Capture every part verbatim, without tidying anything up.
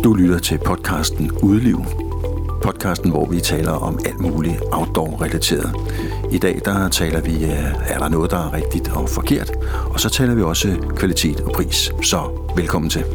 Du lytter til podcasten Udeliv. Podcasten, hvor vi taler om alt muligt outdoor-relateret. I dag der taler vi, er der noget, der er rigtigt og forkert? Og så taler vi også kvalitet og pris. Så velkommen til.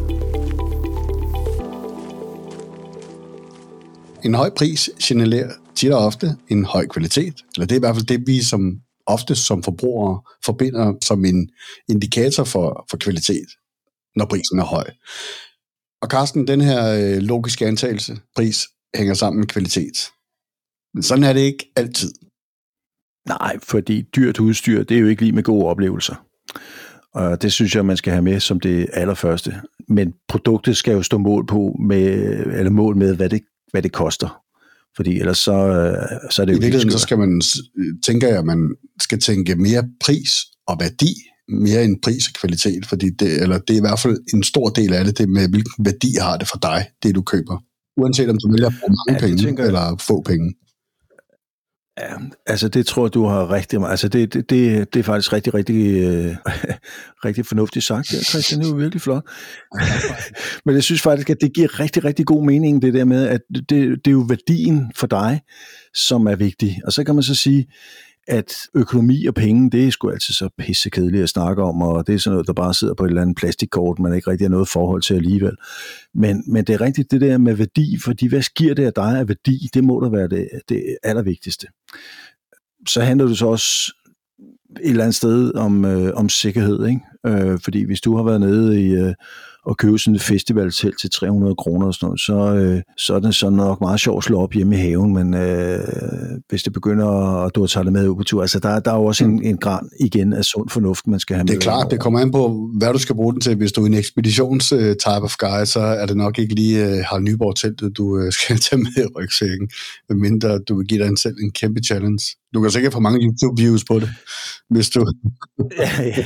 En høj pris signalerer tit og ofte en høj kvalitet. Eller det er i hvert fald det, vi som ofte som forbrugere forbinder som en indikator for, for kvalitet, når prisen er høj. Og Carsten, den her logiske antagelse, pris, hænger sammen med kvalitet. Men sådan er det ikke altid. Nej, fordi dyrt udstyr, det er jo ikke lige med gode oplevelser. Og det synes jeg, man skal have med som det allerførste. Men produktet skal jo stå mål på med, eller mål med, hvad det, hvad det koster. Fordi ellers så, så er det jo... I virkeligheden, så skal man, tænker jeg, at man skal tænke mere pris og værdi, mere end pris og kvalitet, fordi det, eller det er i hvert fald en stor del af det, det med, hvilken værdi har det for dig, det du køber. Uanset om du vælger at bruge mange ja, penge, tænker, eller få penge. Ja, altså det tror jeg, du har rigtig meget. Altså det, det, det, det er faktisk rigtig, rigtig, øh, rigtig fornuftigt sagt. Ja, Christian, det er jo virkelig flot. Men jeg synes faktisk, at det giver rigtig, rigtig god mening, det der med, at det, det er jo værdien for dig, som er vigtig. Og så kan man så sige, at økonomi og penge, det er sgu altid så pissekedeligt at snakke om, og det er sådan noget, der bare sidder på et eller andet plastikkort, man ikke rigtig har noget forhold til alligevel. Men, men det er rigtigt det der med værdi, fordi hvad giver det af dig af værdi, det må da være det, det allervigtigste. Så handler det så også et eller andet sted om, øh, om sikkerhed, ikke? Øh, fordi hvis du har været nede i øh, og købe sådan et festivaltelt til tre hundrede kroner og sådan noget, så, øh, så er det så nok meget sjovt at slå op hjemme i haven, men øh, hvis det begynder at du tager det med ud på tur, altså der, der er jo også en, en gran igen af sund fornuft, man skal have med. Det er klart, over. Det kommer an på, hvad du skal bruge den til. Hvis du er en ekspeditions uh, type of guy, så er det nok ikke lige uh, Harald Nyborg-teltet, du uh, skal tage med i rygsækken, medmindre du vil give dig selv en kæmpe challenge. Du kan sikkert få mange YouTube-views på det, hvis du... ja, ja.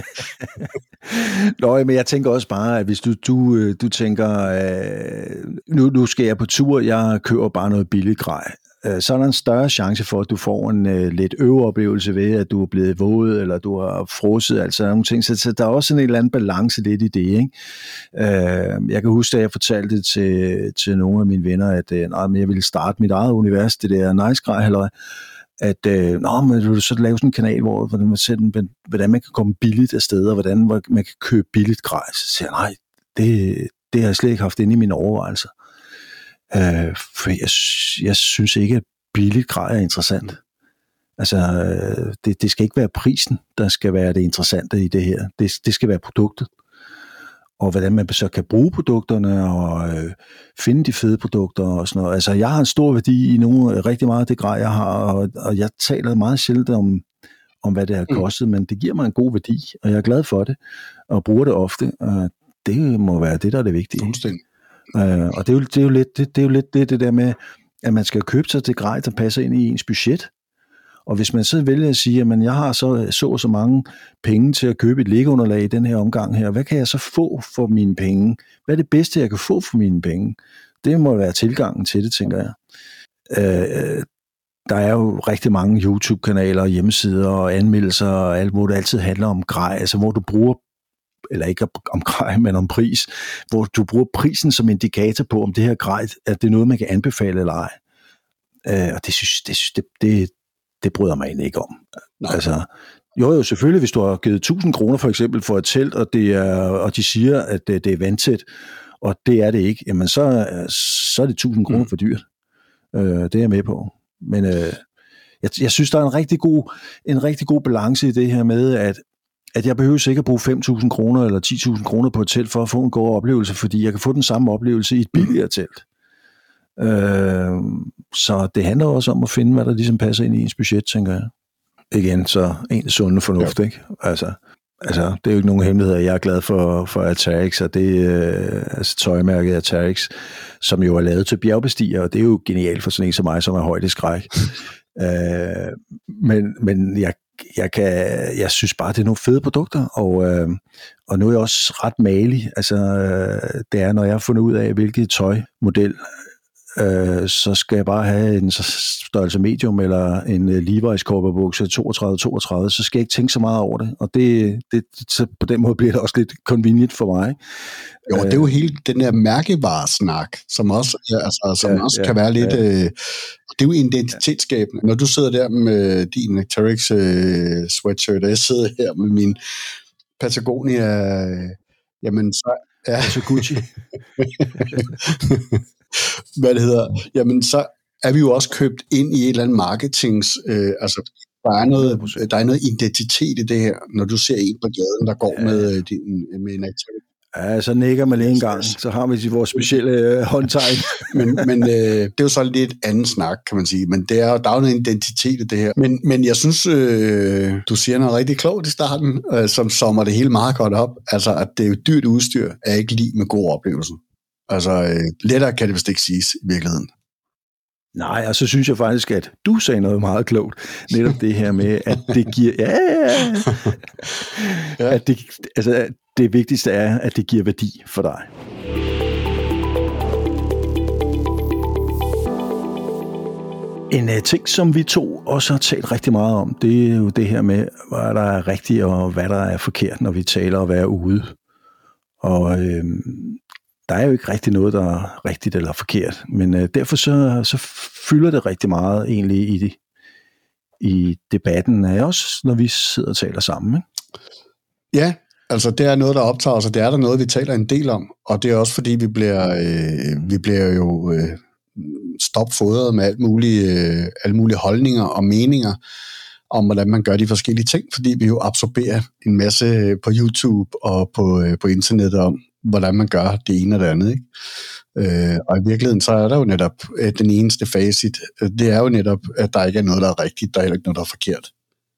Nå, men jeg tænker også bare, at hvis du, du, du tænker, øh, nu, nu skal jeg på tur, jeg køber bare noget billigt grej, øh, så er der en større chance for, at du får en øh, lidt øveoplevelse ved, at du er blevet våd, eller du har frosset, altså nogle ting. Så, så der er også en eller anden balance lidt i det, ikke? Øh, jeg kan huske, at jeg fortalte det til, til nogle af mine venner, at øh, nej, men jeg ville starte mit eget univers, det der nice grej, eller at øh, nå, men du så lave sådan en kanal, hvor hvordan man, sætter, hvordan man kan komme billigt af steder, hvordan man kan købe billigt grej. Så siger jeg, nej, det, det har jeg slet ikke haft inde i mine overvejelser. Øh, for jeg, jeg synes ikke, at billigt grej er interessant. Altså, det, det skal ikke være prisen, der skal være det interessante i det her. Det, det skal være produktet. Og hvordan man så kan bruge produkterne og øh, finde de fede produkter og sådan noget. Altså, jeg har en stor værdi i nogle, rigtig meget af det grej, jeg har, og, og jeg taler meget sjældent om, om, hvad det har kostet, mm. men det giver mig en god værdi, og jeg er glad for det, og bruger det ofte, og det må være det, der er det vigtige. Øh, og det er, jo, det, er jo lidt, det, det er jo lidt det, det der med, at man skal købe sig til grej, der passer ind i ens budget. Og hvis man så vælger at sige, at jeg har så, så så mange penge til at købe et liggeunderlag i den her omgang her, hvad kan jeg så få for mine penge? Hvad er det bedste, jeg kan få for mine penge? Det må være tilgangen til det, tænker jeg. Øh, der er jo rigtig mange YouTube-kanaler, hjemmesider og anmeldelser og alt, hvor det altid handler om grej, altså hvor du bruger, eller ikke om grej, men om pris, hvor du bruger prisen som indikator på, om det her grej, at det er noget, man kan anbefale eller ej. Øh, og det synes det, det, det det bryder mig egentlig ikke om. Nej. Altså, jo, jo, selvfølgelig, hvis du har givet tusind kroner for eksempel for et telt, og, det er, og de siger, at det, det er vandtæt, og det er det ikke, jamen så, så er det tusind kroner for dyrt. Øh, det er jeg med på. Men øh, jeg, jeg synes, der er en rigtig god, en rigtig god balance i det her med, at, at jeg behøver sikkert bruge fem tusind kroner eller ti tusind kroner på et telt for at få en god oplevelse, fordi jeg kan få den samme oplevelse i et billigere telt. Øh, så det handler også om at finde, hvad der ligesom passer ind i ens budget, tænker jeg. Igen, så en sunde fornuft, ja. Ikke? Altså, altså, det er jo ikke nogen hemmelighed, jeg er glad for, for Arc'teryx, og det er altså tøjmærket Arc'teryx, som jo er lavet til bjergbestiger, og det er jo genialt for sådan en som mig, som er højdeskræk. øh, men men jeg, jeg, kan, jeg synes bare, det er nogle fede produkter, og, øh, og nu er jeg også ret malig. Altså, det er, når jeg har fundet ud af, hvilket tøjmodel øh, så skal jeg bare have en størrelse medium eller en Levi's korperbukse toogtredive toogtredive, så skal jeg ikke tænke så meget over det, og det, det så på den måde bliver det også lidt convenient for mig. Jo, det er jo hele den der mærkevaresnak, som også, ja, altså, som ja, også ja, kan være lidt, ja. øh, det er jo identitetsskabende. Når du sidder der med din Arc'teryx øh, sweatshirt, og jeg sidder her med min Patagonia, øh, jamen så ja. Altså Gucci. Hvad det hedder, jamen så er vi jo også købt ind i et eller andet marketings, øh, altså der er, noget, der er noget identitet i det her, når du ser en på gaden, der går ja. med, din, med en Arc'teryx. Ja, så nikker man lige en gang, så har vi vores specielle øh, håndtegn. men men øh, det er jo så lidt anden snak, kan man sige, men det er, der er jo noget identitet i det her. Men, men jeg synes, øh, du siger noget rigtig klogt i starten, øh, som sommer det hele meget godt op, altså at det er jo dyrt udstyr, er ikke lige med gode oplevelser. Altså øh, lettere kan det vist ikke siges i virkeligheden. Nej, og så synes jeg faktisk, at du sagde noget meget klogt. Netop det her med, at det giver... Ja, ja. At det, altså, det vigtigste er, at det giver værdi for dig. En uh, ting, som vi to også har talt rigtig meget om, det er jo det her med, hvad der er rigtigt og hvad der er forkert, når vi taler om at være ude. Og... Øh, Der er jo ikke rigtig noget, der er rigtigt eller forkert, men øh, derfor så, så fylder det rigtig meget egentlig i, det, i debatten, af også når vi sidder og taler sammen. Ikke? Ja, altså det er noget, der optager os, og det er der noget, vi taler en del om, og det er også fordi, vi bliver, øh, vi bliver jo øh, stopfodret med alt mulige, øh, alle mulige holdninger og meninger om, hvordan man gør de forskellige ting, fordi vi jo absorberer en masse på YouTube og på, øh, på internettet om, hvordan man gør det ene og det andet. Ikke? Øh, og i virkeligheden, så er der jo netop øh, den eneste facit. Det er jo netop, at der ikke er noget, der er rigtigt, der er heller ikke noget, der er forkert.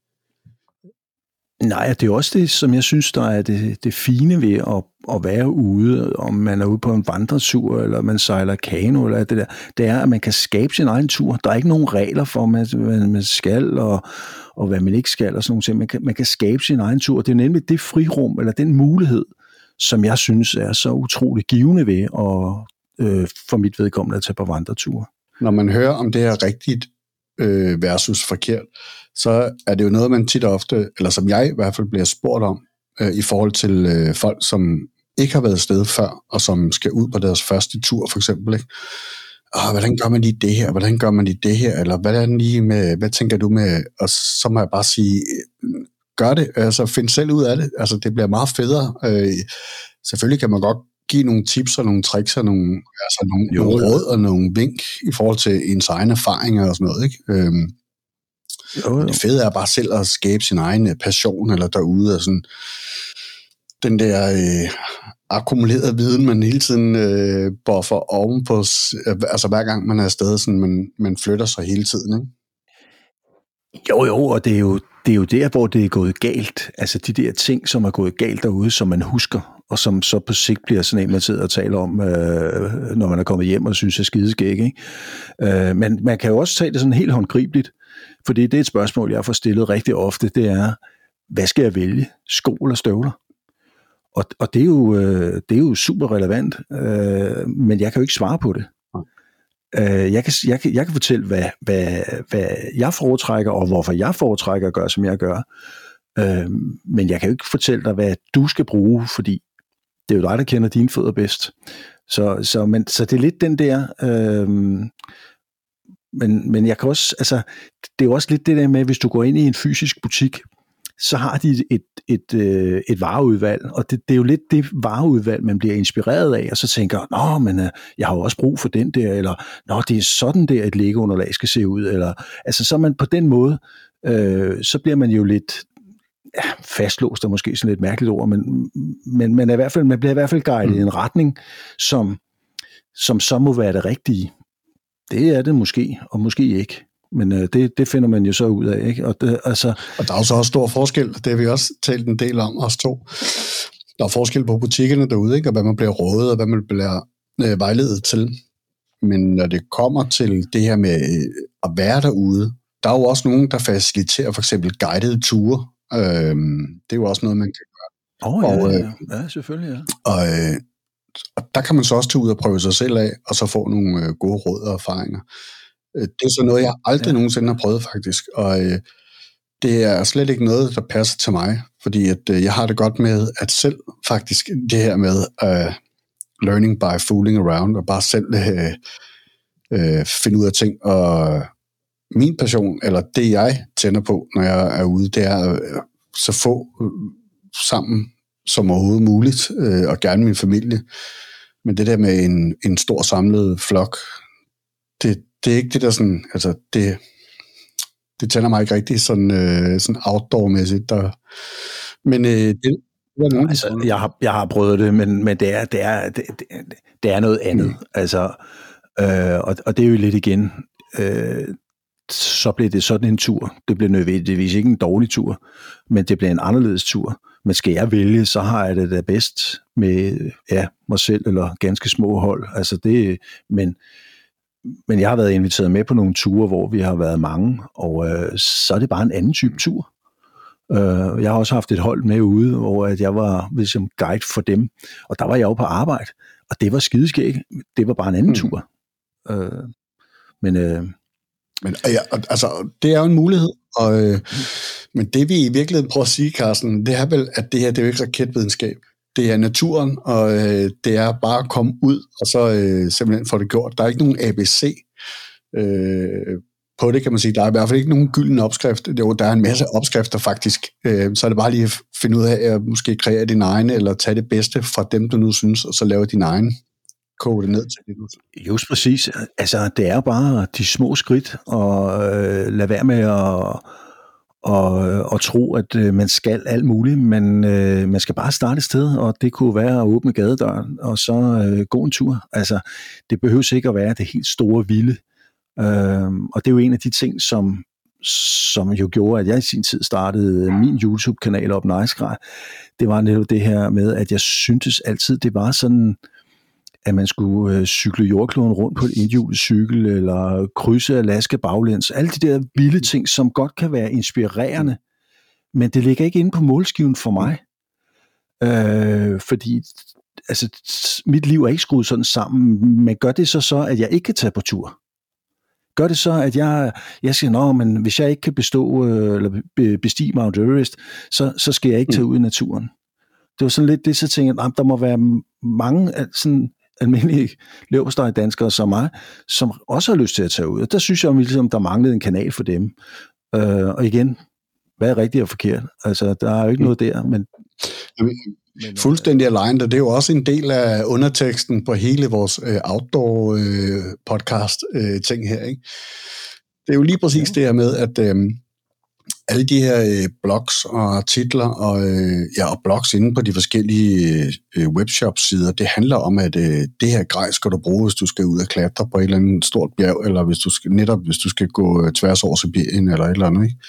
Nej, det er jo også det, som jeg synes, der er det, det fine ved at, at være ude, om man er ude på en vandretur, eller man sejler kano, eller det der, det er, at man kan skabe sin egen tur. Der er ikke nogen regler for, hvad man skal, og, og hvad man ikke skal, og sådan nogle ting. Man kan, man kan skabe sin egen tur. Det er nemlig det frirum, eller den mulighed, som jeg synes er så utroligt givende ved, og øh, for mit vedkommende at tage på vandreture. Når man hører om det her rigtigt øh, versus forkert, så er det jo noget, man tit og ofte, eller som jeg i hvert fald bliver spurgt om, øh, i forhold til øh, folk, som ikke har været afsted før, og som skal ud på deres første tur, for eksempel. Ikke? Åh, hvordan gør man lige det her? Hvordan gør man lige det her? Eller hvad er lige med, hvad tænker du med? Og så må jeg bare sige, gør det, altså find selv ud af det. Altså det bliver meget federe. Øh, selvfølgelig kan man godt give nogle tips og nogle tricks og nogle, altså nogle, jo, nogle råd og nogle vink i forhold til ens egne erfaringer og sådan noget, ikke? Øhm, jo, jo. Det fede er bare selv at skabe sin egen passion eller derude, og sådan den der øh, akkumulerede viden, man hele tiden øh, buffer ovenpå, altså hver gang man er afsted, sådan man, man flytter sig hele tiden, ikke? Jo, jo, og det er jo, det er jo der, hvor det er gået galt. Altså de der ting, som er gået galt derude, som man husker, og som så på sigt bliver sådan en, man sidder og taler om, øh, når man er kommet hjem og synes, er skideskæg, ikke? Øh, men man kan jo også tage det sådan helt håndgribeligt, fordi det er et spørgsmål, jeg får stillet rigtig ofte, det er, hvad skal jeg vælge? Sko eller støvler? Og, og det, er jo, øh, det er jo super relevant, øh, men jeg kan jo ikke svare på det. Øh, jeg, kan, jeg, kan, jeg kan fortælle, hvad, hvad, hvad jeg foretrækker, og hvorfor jeg foretrækker at gøre, som jeg gør. Øh, men jeg kan jo ikke fortælle dig, hvad du skal bruge, fordi det er jo dig, der kender dine fødder bedst. Så, så, men, så det er lidt den der... Øh, men, men jeg kan også... Altså, det er jo også lidt det der med, hvis du går ind i en fysisk butik, så har de et, et, et, et, et vareudvalg, og det, det er jo lidt det vareudvalg, man bliver inspireret af, og så tænker, nå, men jeg har jo også brug for den der, eller nå, det er sådan der, et Lego-underlag skal se ud, eller altså så man på den måde, øh, så bliver man jo lidt ja, fastlåst, er måske sådan lidt mærkeligt ord, men, men man, er i hvert fald, man bliver i hvert fald guidet mm. i en retning, som, som så må være det rigtige. Det er det måske, og måske ikke. Men øh, det, det finder man jo så ud af, ikke? Og, det, altså... og der er jo så også stor forskel, det har vi også talt en del om, os to. Der er forskel på butikkerne derude, ikke? Og hvad man bliver rådet, og hvad man bliver øh, vejledet til. Men når det kommer til det her med øh, at være derude, der er jo også nogen, der faciliterer for eksempel guidede ture. Øh, det er jo også noget, man kan gøre. Oh, ja, og, øh, ja, ja, selvfølgelig, ja. Og øh, og der kan man så også tage ud og prøve sig selv af, og så få nogle øh, gode råd og erfaringer. Øh, det er så noget, jeg aldrig ja. nogensinde har prøvet faktisk, og øh, det er slet ikke noget, der passer til mig, fordi at, øh, jeg har det godt med at selv faktisk det her med øh, learning by fooling around, og bare selv øh, øh, finde ud af ting, og min passion, eller det jeg tænder på, når jeg er ude, det er øh, så få øh, sammen som overhovedet muligt, øh, og gerne min familie. Men det der med en, en stor samlet flok, det, det er ikke det der sådan, altså det, det tænder mig ikke rigtig sådan, øh, sådan outdoor-mæssigt. Der. Men øh, det, det er nogen, altså, jeg har, jeg har prøvet det, men, men det, er, det, er, det, det er noget andet. Mm. Altså, øh, og, og det er jo lidt igen, øh, så blev det sådan en tur. Det blev nødvendigvis ikke en dårlig tur, men det blev en anderledes tur. Men skal jeg vælge, så har jeg det da bedst med ja, mig selv eller ganske små hold. Altså det, men, men jeg har været inviteret med på nogle ture, hvor vi har været mange, og øh, så er det bare en anden type tur. Øh, jeg har også haft et hold med ude, hvor at jeg var ligesom guide for dem, og der var jeg jo på arbejde, og det var skideskægt. Det var bare en anden mm. tur. Øh, men... Øh, Men ja, altså, det er jo en mulighed, og, øh, men det vi i virkeligheden prøver at sige, Carsten, det er vel, at det her, det er jo ikke raketvidenskab. Det er naturen, og øh, det er bare at komme ud, og så øh, simpelthen få det gjort. Der er ikke nogen A B C øh, på det, kan man sige. Der er i hvert fald ikke nogen gylden opskrift. Jo, der er en masse opskrifter faktisk. Øh, så er det bare lige at finde ud af at måske kreere din egen, eller tage det bedste fra dem, du nu synes, og så lave din egen. Koge det ned til det. Just præcis. Altså, det er bare de små skridt, og øh, lade være med at og, og tro, at øh, man skal alt muligt, men øh, man skal bare starte et sted, og det kunne være at åbne gadedøren, og så øh, gå en tur. Altså, det behøver ikke at være det helt store vilde. Øh, og det er jo en af de ting, som, som jo gjorde, at jeg i sin tid startede min YouTube-kanal op Nice Guy. Det var netop det her med, at jeg syntes altid, det var sådan, at man skulle øh, cykle jordkloden rundt på et enhjulet cykel, eller krydse Alaska baglæns. Alle de der vilde ting, som godt kan være inspirerende, men det ligger ikke inde på målskiven for mig. Øh, fordi altså, mit liv er ikke skruet sådan sammen, men gør det så så, at jeg ikke kan tage på tur? Gør det så, at jeg, jeg siger, nå, men hvis jeg ikke kan bestå, øh, eller bestige Mount Everest, så, så skal jeg ikke tage ud i naturen. Det var sådan lidt det, så tænkte jeg, der må være mange sådan almindelige leverpostej-danskere som mig, som også har lyst til at tage ud. Og der synes jeg, ligesom, der manglede en kanal for dem. Øh, og igen, hvad er rigtigt og forkert? Altså, der er jo ikke noget der, men... men fuldstændig aligned, og det er jo også en del af underteksten på hele vores øh, outdoor-podcast-ting øh, her, ikke? Det er jo lige præcis ja. det her med, at øh, alle de her øh, blogs og titler og, øh, ja, og blogs inde på de forskellige øh, webshop-sider, det handler om, at øh, det her grej skal du bruge, hvis du skal ud og klatre på et eller andet stort bjerg, eller hvis du skal, netop hvis du skal gå øh, tværs over Sibirien, eller et eller andet, ikke?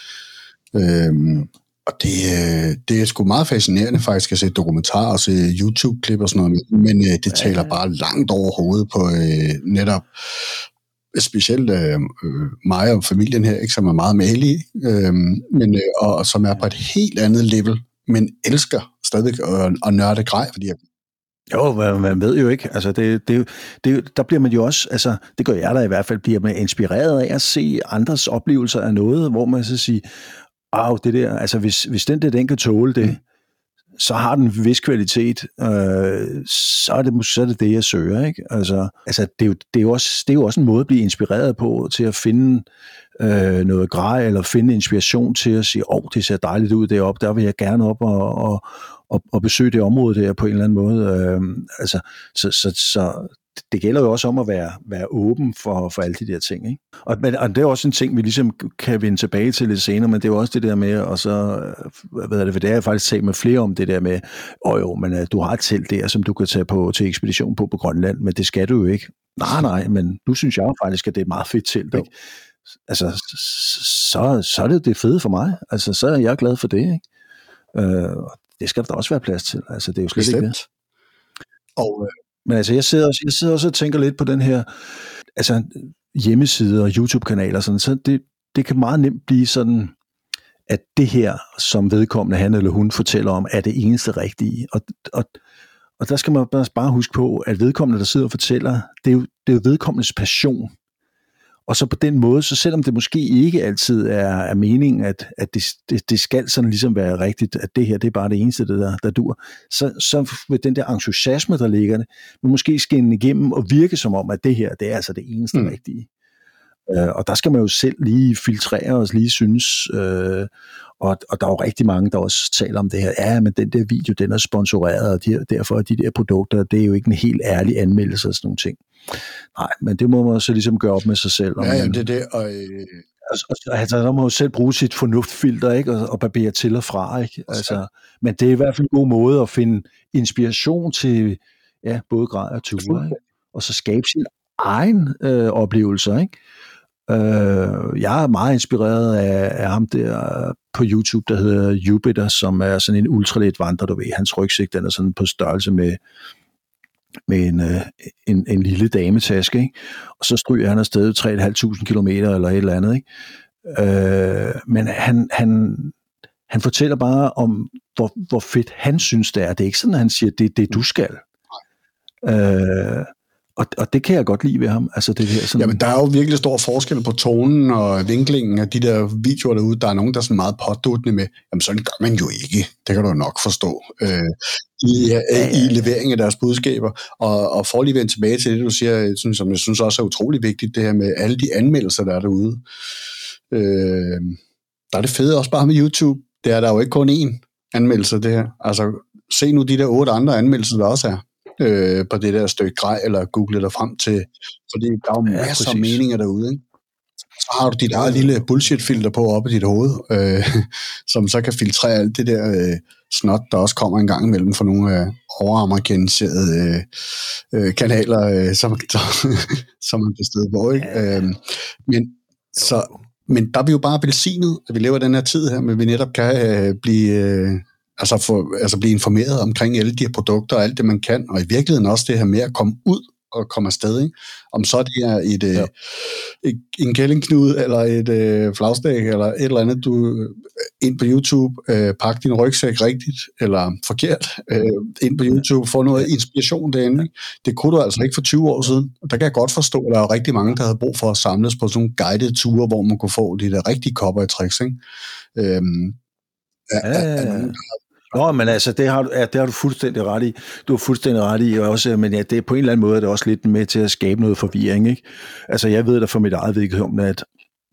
Øhm, og det, øh, det er sgu meget fascinerende faktisk at se dokumentarer og se YouTube-klip og sådan noget, men øh, det taler bare langt over hovedet på øh, netop specielt øh, mig og familien her, ikke, som er meget malige, øh, men, øh, og, og som er på et helt andet level, men elsker stadig at, at nørde grej, fordi jeg Jo, man ved jo ikke. Altså, det, det, det, der bliver man jo også, altså, det gør jeg da i hvert fald, bliver man inspireret af at se andres oplevelser af noget, hvor man så siger, wow, det der, altså, hvis, hvis den der, den kan tåle det, mm. så har den en vis kvalitet, øh, så, er det, så er det det, jeg søger, ikke? Altså, altså det, er jo, det, er jo også, det er jo også en måde at blive inspireret på, til at finde øh, noget grej, eller finde inspiration til at sige, åh, oh, det ser dejligt ud deroppe, der vil jeg gerne op og, og, og, og besøge det område der på en eller anden måde. Øh, altså, så, så, så det gælder jo også om at være, være åben for, for alle de der ting, ikke? Og, men, og det er også en ting, vi ligesom kan vende tilbage til lidt senere, men det er jo også det der med, og så, hvad er det, for det har jeg faktisk talt med flere om, det der med, åh jo, men uh, du har et telt der, som du kan tage på til ekspedition på på Grønland, men det skal du jo ikke. Nej, nej, men nu synes jeg faktisk, at det er et meget fedt telt, ikke? Altså, så, så er det det fede for mig. Altså, så er jeg glad for det, ikke? Uh, det skal der også være plads til. Altså, det er jo slet Bestemt. ikke det. Og uh... Men altså, jeg sidder, også, jeg sidder også og tænker lidt på den her, altså hjemmeside og YouTube-kanaler, sådan, så det, det kan meget nemt blive sådan, at det her, som vedkommende han eller hun fortæller om, er det eneste rigtige. Og, og, og der skal man bare huske på, at vedkommende, der sidder og fortæller, det er jo, det er jo vedkommendes passion. Og så på den måde, så selvom det måske ikke altid er, er meningen, at, at det, det, det skal sådan ligesom være rigtigt, at det her, det er bare det eneste, der, der dur, så, så vil den der entusiasme, der ligger det, vil måske skinne igennem og virke som om, at det her, det er altså det eneste mm. rigtige. Uh, og der skal man jo selv lige filtrere og lige synes, uh, og, og der er jo rigtig mange, der også taler om det her, ja, men den der video, den er sponsoreret, og de, derfor er de der produkter, det er jo ikke en helt ærlig anmeldelse og sådan nogle ting. Nej, men det må man så ligesom gøre op med sig selv. Ja, jamen, det er det, og... Øh... Altså, altså, der må jo selv bruge sit fornuftfilter, ikke? Og, og barbere til og fra, ikke? Altså, men det er i hvert fald en god måde at finde inspiration til, ja, både grad og ture, ikke? Og så skabe sin egen øh, oplevelser, ikke? Øh, jeg er meget inspireret af, af ham der på YouTube, der hedder Jupiter, som er sådan en ultralet vandrer, du ved. Hans rygsæk, den er sådan på størrelse med med en, en, en lille dametaske, ikke? Og så stryger han afsted tre tusind fem hundrede kilometer eller et eller andet, ikke? Øh, men han, han, han fortæller bare om, hvor, hvor fedt han synes det er. Det er ikke sådan, at han siger, det er det, du skal. Øh, og, og det kan jeg godt lide ved ham. Altså det her sådan... Jamen, der er jo virkelig stor forskel på tonen og vinklingen af de der videoer derude. Der er nogen, der er sådan meget påduttende med, jamen sådan gør man jo ikke. Det kan du nok forstå. Øh, i, ja, ja, ja. I levering af deres budskaber. Og, og for lige vende tilbage til det, du siger, synes, som jeg synes også er utrolig vigtigt, det her med alle de anmeldelser, der er derude. Øh, der er det fede også bare med YouTube. Det er der jo ikke kun én anmeldelse, det her. Altså, se nu de der otte andre anmeldelser, der også er. Øh, på det der stykke grej, eller google dig frem til, fordi der er jo masser af ja, meninger derude, ikke? Så har du dit eget lille bullshit-filter på oppe i dit hoved, øh, som så kan filtrere alt det der øh, snot, der også kommer en gang imellem fra nogle øh, overamerikaniserede øh, øh, kanaler, øh, som, som man kan stede på, ikke? Øh, men, så, men der er vi jo bare velsignet, at vi lever den her tid her, men vi netop kan øh, blive... Øh, Altså, for, altså blive informeret omkring alle de her produkter og alt det, man kan, og i virkeligheden også det her med at komme ud og komme afsted, ikke? Om så det er et, ja. et, en kællingknude, eller et øh, flagstæk, eller et eller andet, du ind på YouTube, øh, pak din rygsæk rigtigt, eller forkert, øh, ind på YouTube, få noget inspiration derinde. Ikke? Det kunne du altså ikke for tyve år siden. Der kan jeg godt forstå, at der er rigtig mange, der havde brug for at samles på sådan nogle guidede ture, hvor man kunne få de der rigtige cowboy-tricks, ikke? Øhm, Ja, ja, ja. Nå, men altså, det har, ja, det har du fuldstændig ret i. Du har fuldstændig ret i også, men ja, det er på en eller anden måde, det er også lidt med til at skabe noget forvirring, ikke? Altså, jeg ved da for mit eget vedkommende, at,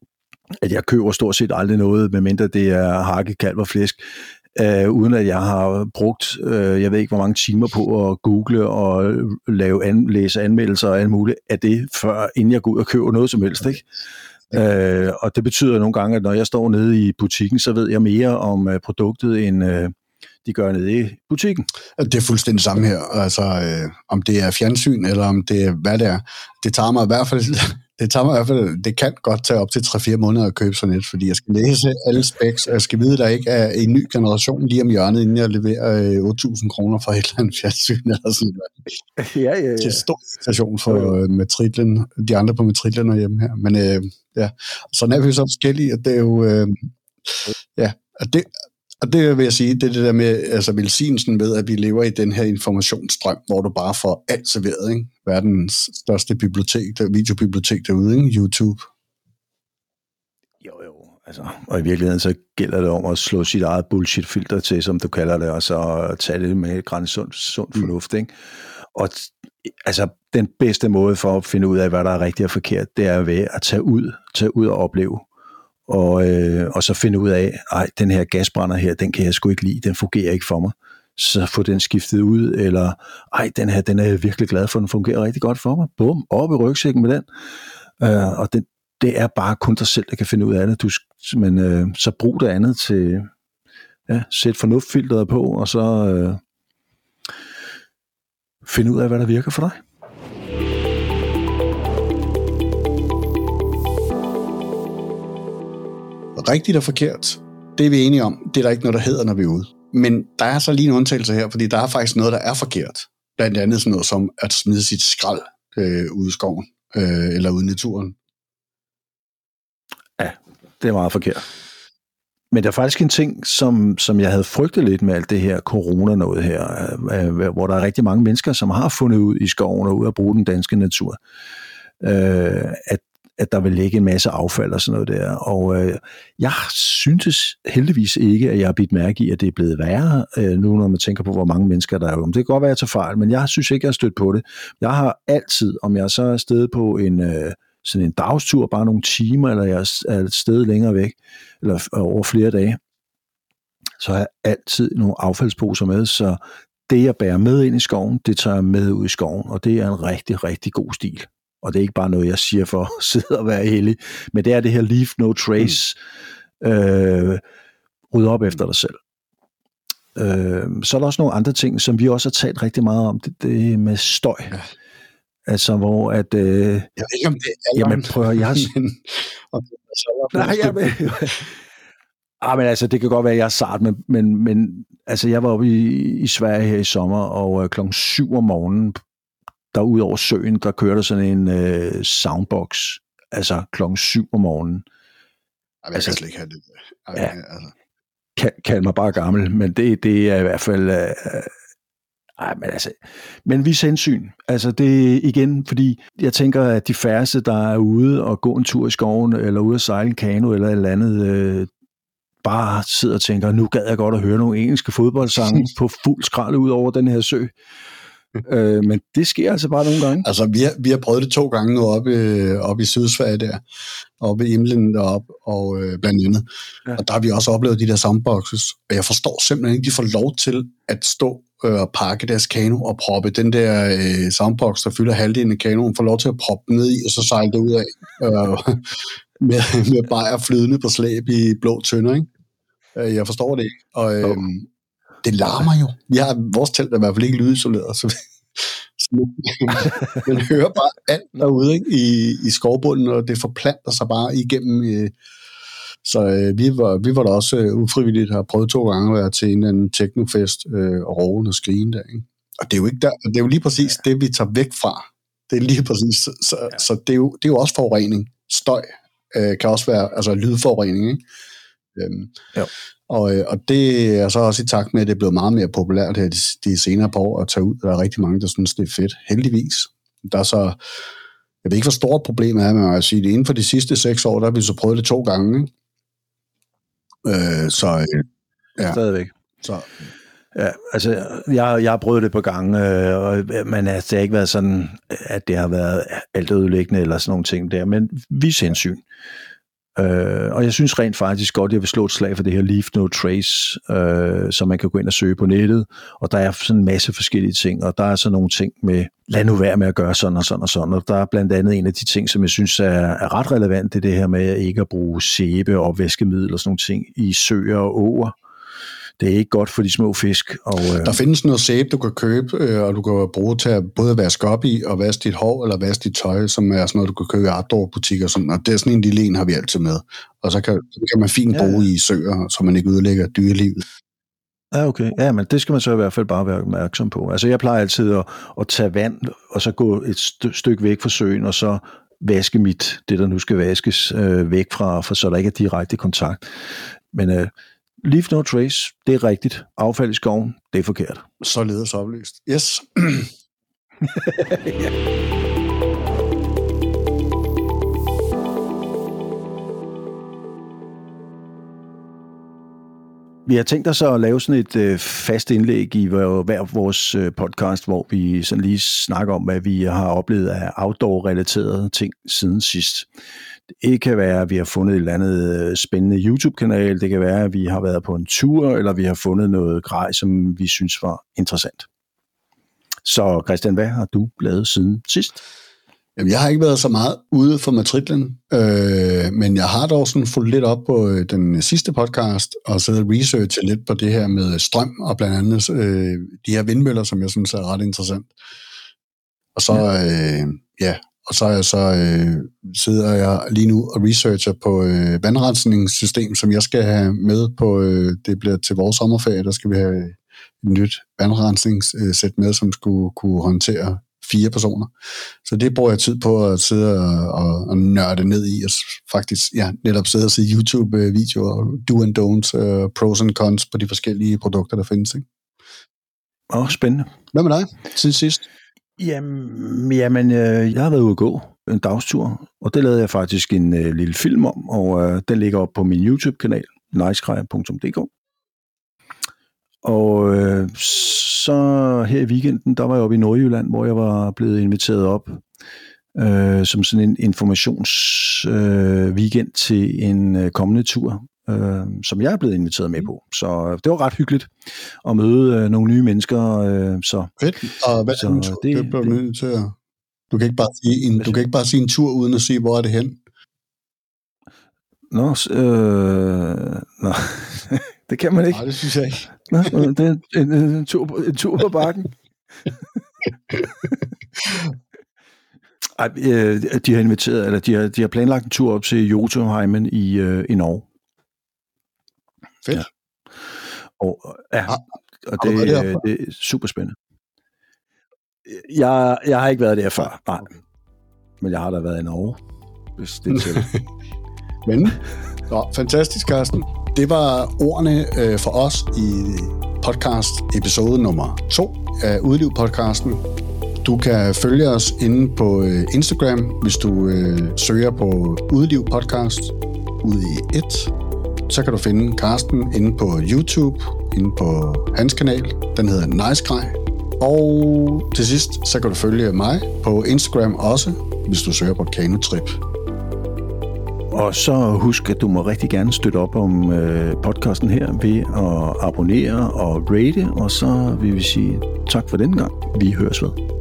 at jeg køber stort set aldrig noget, medmindre det er hakket, kalv og flæsk, øh, uden at jeg har brugt, øh, jeg ved ikke, hvor mange timer på at google og lave an, læse anmeldelser og alt muligt af det, før inden jeg går ud og køber noget som helst, ikke? Øh, og det betyder nogle gange, at når jeg står nede i butikken, så ved jeg mere om uh, produktet, end uh, de gør nede i butikken. Det er fuldstændig samme her. Altså, øh, om det er fjernsyn, eller om det er, hvad det er. Det tager mig i hvert fald, det tager mig i hvert fald, det kan godt tage op til tre fire måneder at købe sådan et, fordi jeg skal læse alle specs, og jeg skal vide, at der ikke er en ny generation lige om hjørnet, inden jeg leverer øh, otte tusind kroner for et eller andet fjernsyn, eller sådan noget. Ja, ja, ja. Det er stor station for øh, matriklen, de andre på matriklen hjemme her. Men øh, ja, sådan er vi jo så forskellige, og det er jo, øh, ja, og det, Og det vil jeg sige, det er det der med altså velsignelsen ved, at vi lever i den her informationsstrøm, hvor du bare får alt serveret, ikke? Verdens største bibliotek, der, videobibliotek derude, ikke? YouTube. Jo, jo. Altså, og i virkeligheden så gælder det om at slå sit eget bullshit-filter til, som du kalder det, og så tage det med grænse sund, sund fornuft, ikke? Og altså, den bedste måde for at finde ud af, hvad der er rigtigt og forkert, det er ved at tage ud, tage ud og opleve. Og, øh, og så finde ud af, ej, den her gasbrænder her, den kan jeg sgu ikke lide, den fungerer ikke for mig. Så få den skiftet ud, eller ej, den her, den er jeg virkelig glad for, den fungerer rigtig godt for mig. Bum, op i rygsækken med den. Øh, og det, det er bare kun dig selv, der kan finde ud af det. Du, men øh, så brug det andet til, ja, sæt fornuftfilteret på, og så øh, finde ud af, hvad der virker for dig. Rigtigt og forkert, det er vi enige om. Det er der ikke noget, der hedder, når vi er ude. Men der er så lige en undtagelse her, fordi der er faktisk noget, der er forkert. Blandt andet sådan noget som at smide sit skrald øh, ude i skoven, øh, eller ude i naturen. Ja, det er meget forkert. Men der er faktisk en ting, som, som jeg havde frygtet lidt med alt det her corona-noget her, øh, hvor der er rigtig mange mennesker, som har fundet ud i skoven og ud at bruge den danske natur, øh, at, at der vil ligge en masse affald og sådan noget der. Og øh, jeg synes heldigvis ikke, at jeg har bidt mærke i, at det er blevet værre, øh, nu når man tænker på, hvor mange mennesker der er. Det kan godt være, at jeg tager fejl, men jeg synes ikke, jeg har stødt på det. Jeg har altid, om jeg så er afsted på en... Øh, sådan en dagstur, bare nogle timer, eller jeg er et sted længere væk, eller over flere dage, så har jeg altid nogle affaldsposer med, så det, jeg bærer med ind i skoven, det tager jeg med ud i skoven, og det er en rigtig, rigtig god stil. Og det er ikke bare noget, jeg siger for at sidde og være heldig, men det er det her leave no trace, mm. øh, rydde op efter dig selv. Øh, så er der også nogle andre ting, som vi også har talt rigtig meget om, det, det med støj. Ja. Altså, hvor at... Øh, jeg ved ikke, om det er jamen, prøv at jeg... men, nej, jamen, ah, men altså, det kan godt være, at jeg er sart, men, men, men altså, jeg var oppe i, i Sverige her i sommer, og øh, klokken syv om morgenen, der ud over søen, der kørte sådan en øh, soundbox, altså klokken syv om morgenen. Jeg altså, kan slet ikke have det. Jeg, ja, altså. Kald, kald mig bare gammel, men det, det er i hvert fald... Øh, Ej, men altså, men vis hensyn. Altså det igen, fordi jeg tænker, at de færreste, der er ude og gå en tur i skoven, eller ude at sejle en kano, eller et eller andet, øh, bare sidder og tænker, nu gad jeg godt at høre nogle engelske fodboldsange på fuld skrald ud over den her sø. øh, men det sker altså bare nogle gange. Altså, vi har, vi har prøvet det to gange nu oppe, oppe i Sydsverige der, oppe i Imlen deroppe, og øh, blandt andet. Ja. Og der har vi også oplevet de der soundboxes, og jeg forstår simpelthen ikke, de får lov til at stå og pakke deres kano og proppe den der øh, soundbox, der fylder halvdelen af kanoen, får lov til at proppe den ned i, og så sejle det ud af øh, med, med bajer flydende på slæb i blå tønder, ikke? Øh, jeg forstår det ikke. Og øh, oh. det larmer jo. Vi har vores telt er i hvert fald ikke lydisoleret, så, så man hører bare alt derude, ikke? I, i skovbunden, og det forplanter sig bare igennem... Øh, Så øh, vi, var, vi var da også øh, ufrivilligt, har prøvet to gange at være til en eller anden technofest øh, og råben og skrigen der, ikke? Og det er jo ikke der, det er jo lige præcis ja. det, vi tager væk fra. Det er lige præcis, så, ja. så det, er jo, det er jo også forurening. Støj øh, kan også være, altså lydforurening, ikke? Øhm, og, øh, og det er så også i takt med, at det er blevet meget mere populært her de, de senere par år at tage ud. Der er rigtig mange, der synes, det er fedt. Heldigvis. Der er så, jeg ved ikke, hvor stort problemet er, men jeg vil sige, det inden for de sidste seks år, der har vi så prøvet det to gange, ikke? Øh, så øh, ja. Stadigvæk. Så. Ja, altså, jeg, jeg har prøvet det på gange, øh, og, men altså, det har ikke været sådan, at det har været alt ødelæggende eller sådan nogle ting der, men vis hensyn. Øh, og jeg synes rent faktisk godt, at jeg vil slå et slag for det her Leave No Trace, øh, som man kan gå ind og søge på nettet, og der er sådan en masse forskellige ting, og der er så nogle ting med, lad nu være med at gøre sådan og sådan og sådan, og der er blandt andet en af de ting, som jeg synes er, er ret relevant, det er det her med ikke at bruge sæbe og væskemiddel og sådan nogle ting i søer og åer. Det er ikke godt for de små fisk. Og, øh... Der findes noget sæbe, du kan købe, øh, og du kan bruge til at både vaske op i, og vaske dit hår, eller vaske dit tøj, som er sådan noget, du kan købe i outdoor-butikker. Sådan, og det er sådan en lille en, har vi altid med. Og så kan, så kan man fint bruge ja. i søer, så man ikke ødelægger dyrelivet. Ja, okay. Ja, men det skal man så i hvert fald bare være opmærksom på. Altså, jeg plejer altid at, at tage vand, og så gå et st- stykke væk fra søen, og så vaske mit, det der nu skal vaskes, øh, væk fra, for så der ikke er direkte kontakt. Men øh, Leave No Trace, det er rigtigt. Affald i skoven, det er forkert. Således oplyst. Yes. ja. Vi har tænkt os at lave sådan et øh, fast indlæg i hver, hver vores øh, podcast, hvor vi sådan lige snakker om, hvad vi har oplevet af outdoor-relaterede ting siden sidst. Det kan være, at vi har fundet et eller andet spændende YouTube-kanal, det kan være, at vi har været på en tur, eller vi har fundet noget grej, som vi synes var interessant. Så Christian, hvad har du lavet siden sidst? Jamen, jeg har ikke været så meget ude for matriklen, øh, men jeg har dog sådan fulgt lidt op på øh, den sidste podcast, og siddet og researchet lidt på det her med strøm, og blandt andet øh, de her vindmøller, som jeg synes er ret interessant. Og så, øh, ja, og så er jeg så, øh, sidder jeg lige nu og researcher på øh, vandrensningssystem, som jeg skal have med på, øh, det bliver til vores sommerferie, der skal vi have et nyt vandrensningssæt med, som skulle kunne håndtere fire personer. Så det bruger jeg tid på at sidde og, og, og nørde ned i, og faktisk ja, netop sidde og se YouTube-videoer, do and don'ts, uh, pros and cons på de forskellige produkter, der findes. Ikke? Åh, oh, spændende. Hvad med dig siden sidst? Jamen, jamen øh, jeg har været ude at gå en dagstur, og det lavede jeg faktisk en øh, lille film om, og øh, den ligger op på min YouTube-kanal, nicekrejer punktum d k. Og øh, så her i weekenden, der var jeg oppe i Nordjylland, hvor jeg var blevet inviteret op øh, som sådan en informations øh, weekend til en øh, kommende tur, øh, som jeg er blevet inviteret med på. Så det var ret hyggeligt at møde øh, nogle nye mennesker. Øh, så, Fedt. Og hvad så, det, det, det, det, til at, du kan ikke bare sige en, du kan ikke bare sige en tur uden at sige, hvor er det hen? Nå, øh, nå. Det kan man ikke. Nej, det synes jeg ikke. Nå, det er en, en, en, tur, en tur på bakken. Ej, øh, de har inviteret, eller de har, de har planlagt en tur op til Jotunheimen i, øh, i Norge. Fedt. Ja. Og, ja, ah, og det, det, det er super spændende. Jeg, jeg har ikke været der før, nej. Men jeg har da været i Norge, hvis det er til. Men, nå, fantastisk, Carsten. Det var ordene øh, for os i podcast episode nummer to af Udeliv-podcasten. Du kan følge os inde på øh, Instagram, hvis du øh, søger på Udeliv-podcast ude i et. Så kan du finde Carsten inde på YouTube, inde på hans kanal. Den hedder Nicekrej. Og til sidst, så kan du følge mig på Instagram også, hvis du søger på Kanotrip. Og så husk, at du må rigtig gerne støtte op om øh, podcasten her ved at abonnere og rate, og så vil vi sige tak for denne gang. Vi høres ved.